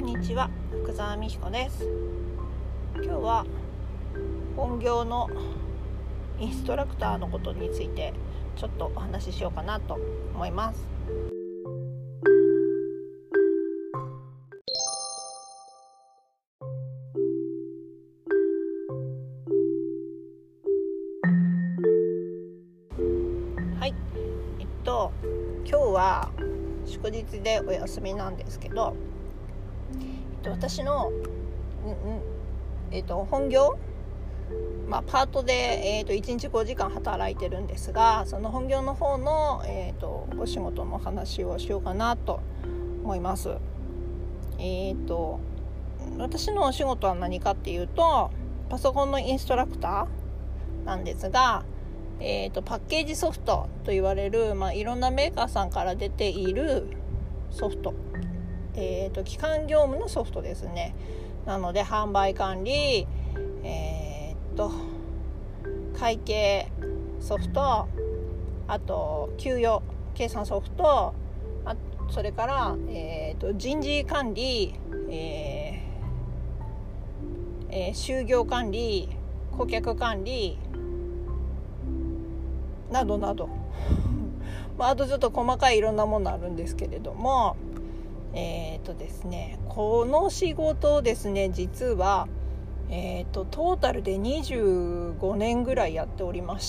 んにちは、福澤美彦です。今日は本業のインストラクターのことについてちょっとお話ししようかなと思います。はい、今日は祝日でお休みなんですけど、私の、本業、パートで、1日5時間働いてるんですが、その本業の方の、お仕事の話をしようかなと思います。私のお仕事は何かっていうと、パソコンのインストラクターなんですが、パッケージソフトと言われる、いろんなメーカーさんから出ているソフト、基幹業務のソフトですね。なので販売管理、会計ソフト、あと給与計算ソフト、それから、人事管理、就業管理、顧客管理などなどあとちょっと細かいいろんなものあるんですけれども、ですね、この仕事をですね、実は、トータルで25年ぐらいやっておりまして、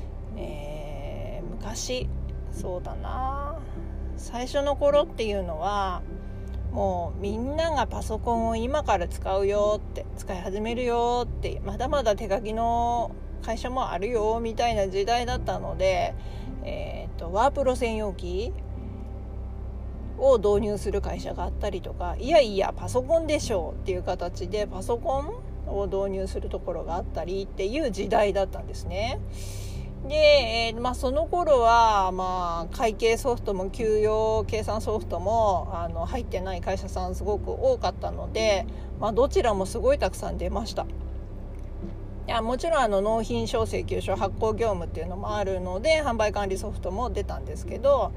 昔そうだな、最初の頃っていうのはもうみんながパソコンを今から使うよって、使い始めるよって、まだまだ手書きの会社もあるよみたいな時代だったので、ワープロ専用機を導入する会社があったりとか、いやいやパソコンでしょうっていう形でパソコンを導入するところがあったりっていう時代だったんですね。で、その頃は、会計ソフトも給与計算ソフトも入ってない会社さんすごく多かったので、どちらもすごいたくさん出ました。いや、もちろん納品書請求書発行業務っていうのもあるので販売管理ソフトも出たんですけど、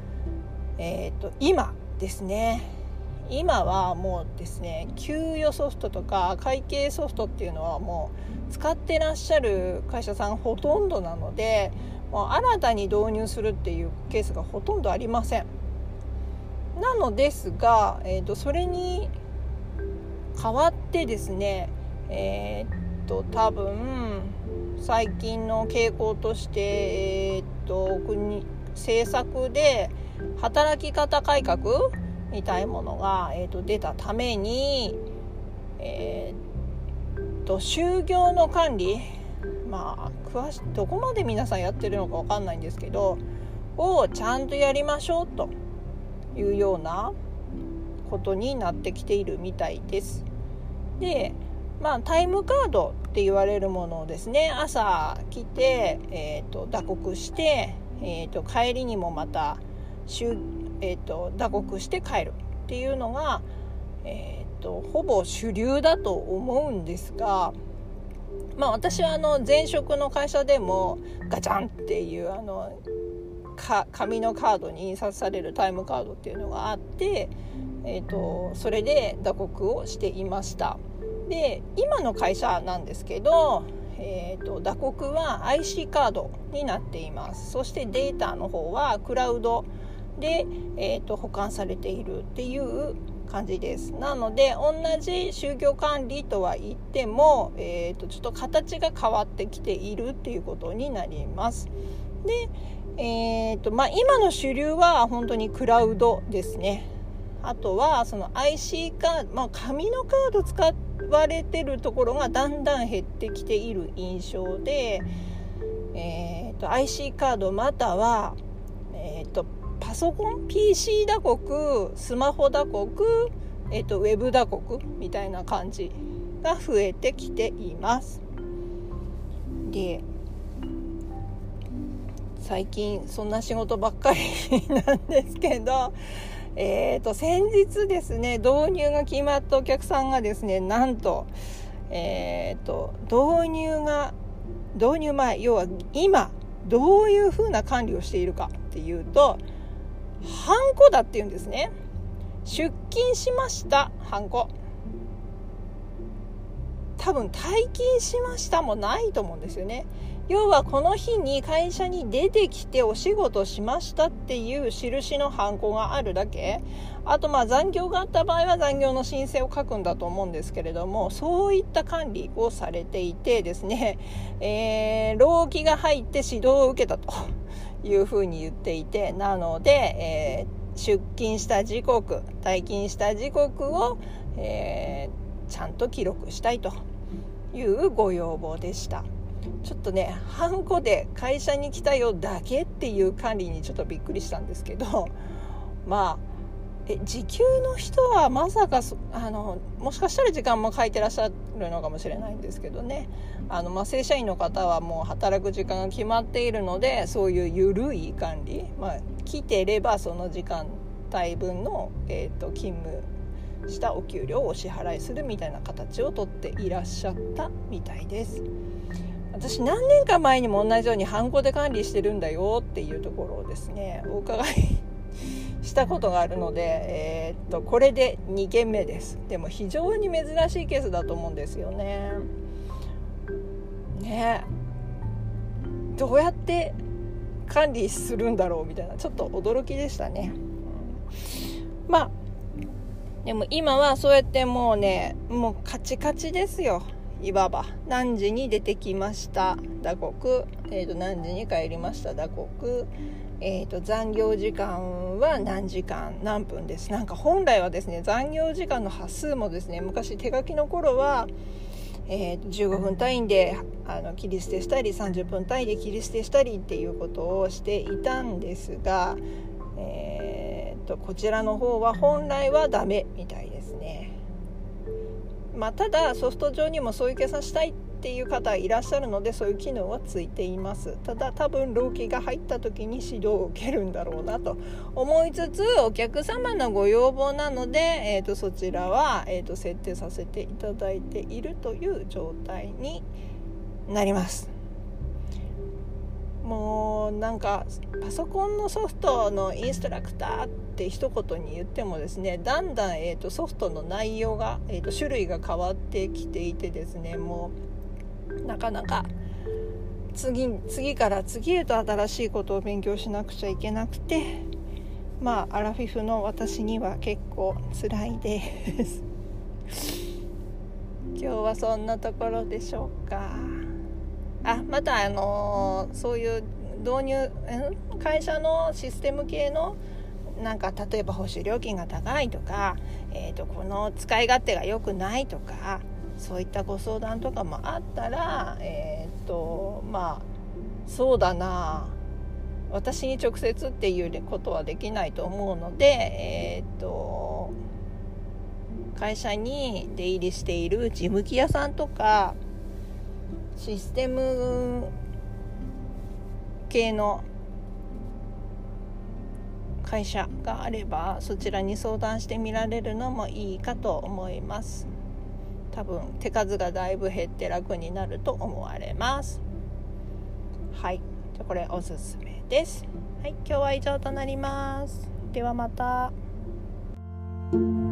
今ですね、今はもうですね、給与ソフトとか会計ソフトっていうのはもう使ってらっしゃる会社さんほとんどなので、もう新たに導入するっていうケースがほとんどありません。なのですが、それに代わってですね、多分最近の傾向として、政策で働き方改革みたいなものが、出たために、就業の管理、どこまで皆さんやってるのか分かんないんですけど、をちゃんとやりましょうというようなことになってきているみたいです。で、タイムカードって言われるものをですね、朝来て、打刻して、帰りにもまた打刻して帰るっていうのが、ほぼ主流だと思うんですが、私は前職の会社でもガチャンっていう紙のカードに印刷されるタイムカードっていうのがあって、それで打刻をしていました。で、今の会社なんですけど、打刻は IC カードになっています。そしてデータの方はクラウドで、保管されているっていう感じです。なので同じ就業管理とは言っても、ちょっと形が変わってきているっていうことになります。で、今の主流は本当にクラウドですね。あとはその IC カード、紙のカード使われてるところがだんだん減ってきている印象で、IC カードまたは、パソコン PC 打刻、スマホ打刻、ウェブ打刻みたいな感じが増えてきています。で、最近そんな仕事ばっかりなんですけど、先日ですね、導入が決まったお客さんがですね、なんと、導入前、要は今どういうふうな管理をしているかっていうと、ハンコだっていうんですね。 出勤しましたハンコ、多分退勤しましたもないと思うんですよね。要はこの日に会社に出てきてお仕事しましたっていう印のハンコがあるだけ。あと残業があった場合は残業の申請を書くんだと思うんですけれども、そういった管理をされていてですね、労基が入って指導を受けたというふうに言っていて、なので、出勤した時刻、退勤した時刻を、ちゃんと記録したいというご要望でした。ちょっとね、ハンコで会社に来たよだけっていう管理にちょっとびっくりしたんですけど、時給の人はまさかもしかしたら時間も書いてらっしゃるのかもしれないんですけどね、正社員の方はもう働く時間が決まっているので、そういう緩い管理、来てればその時間帯分の、勤務したお給料をお支払いするみたいな形をとっていらっしゃったみたいです。私何年か前にも同じようにハンコで管理してるんだよっていうところをですね、お伺いしたことがあるので、これで2件目です。でも非常に珍しいケースだと思うんですよね。どうやって管理するんだろうみたいな、ちょっと驚きでしたね。でも今はそうやってもうカチカチですよ。いわば何時に出てきました打刻、何時に帰りました打刻、残業時間は何時間何分です。本来はですね、残業時間の端数もですね、昔手書きの頃は、15分単位で切り捨てしたり30分単位で切り捨てしたりっていうことをしていたんですが、こちらの方は本来はダメみたいですね。ただソフト上にもそういう計算したいっていう方いらっしゃるので、そういう機能はついています。ただ多分労基が入った時に指導を受けるんだろうなと思いつつ、お客様のご要望なので、そちらは、設定させていただいているという状態になります。もうパソコンのソフトのインストラクターって一言に言ってもですね、だんだん、ソフトの内容が、種類が変わってきていてですね、もうなかなか次から次へと新しいことを勉強しなくちゃいけなくて、アラフィフの私には結構辛いです今日はそんなところでしょうか。またそういう導入会社のシステム系の例えば報酬料金が高いとか、この使い勝手が良くないとか、そういったご相談とかもあったら、そうだな、私に直接っていうことはできないと思うので、会社に出入りしている事務機屋さんとかシステム系の会社があれば、そちらに相談してみられるのもいいかと思います。多分手数がだいぶ減って楽になると思われます。はい、じゃこれおすすめです。はい、今日は以上となります。ではまた。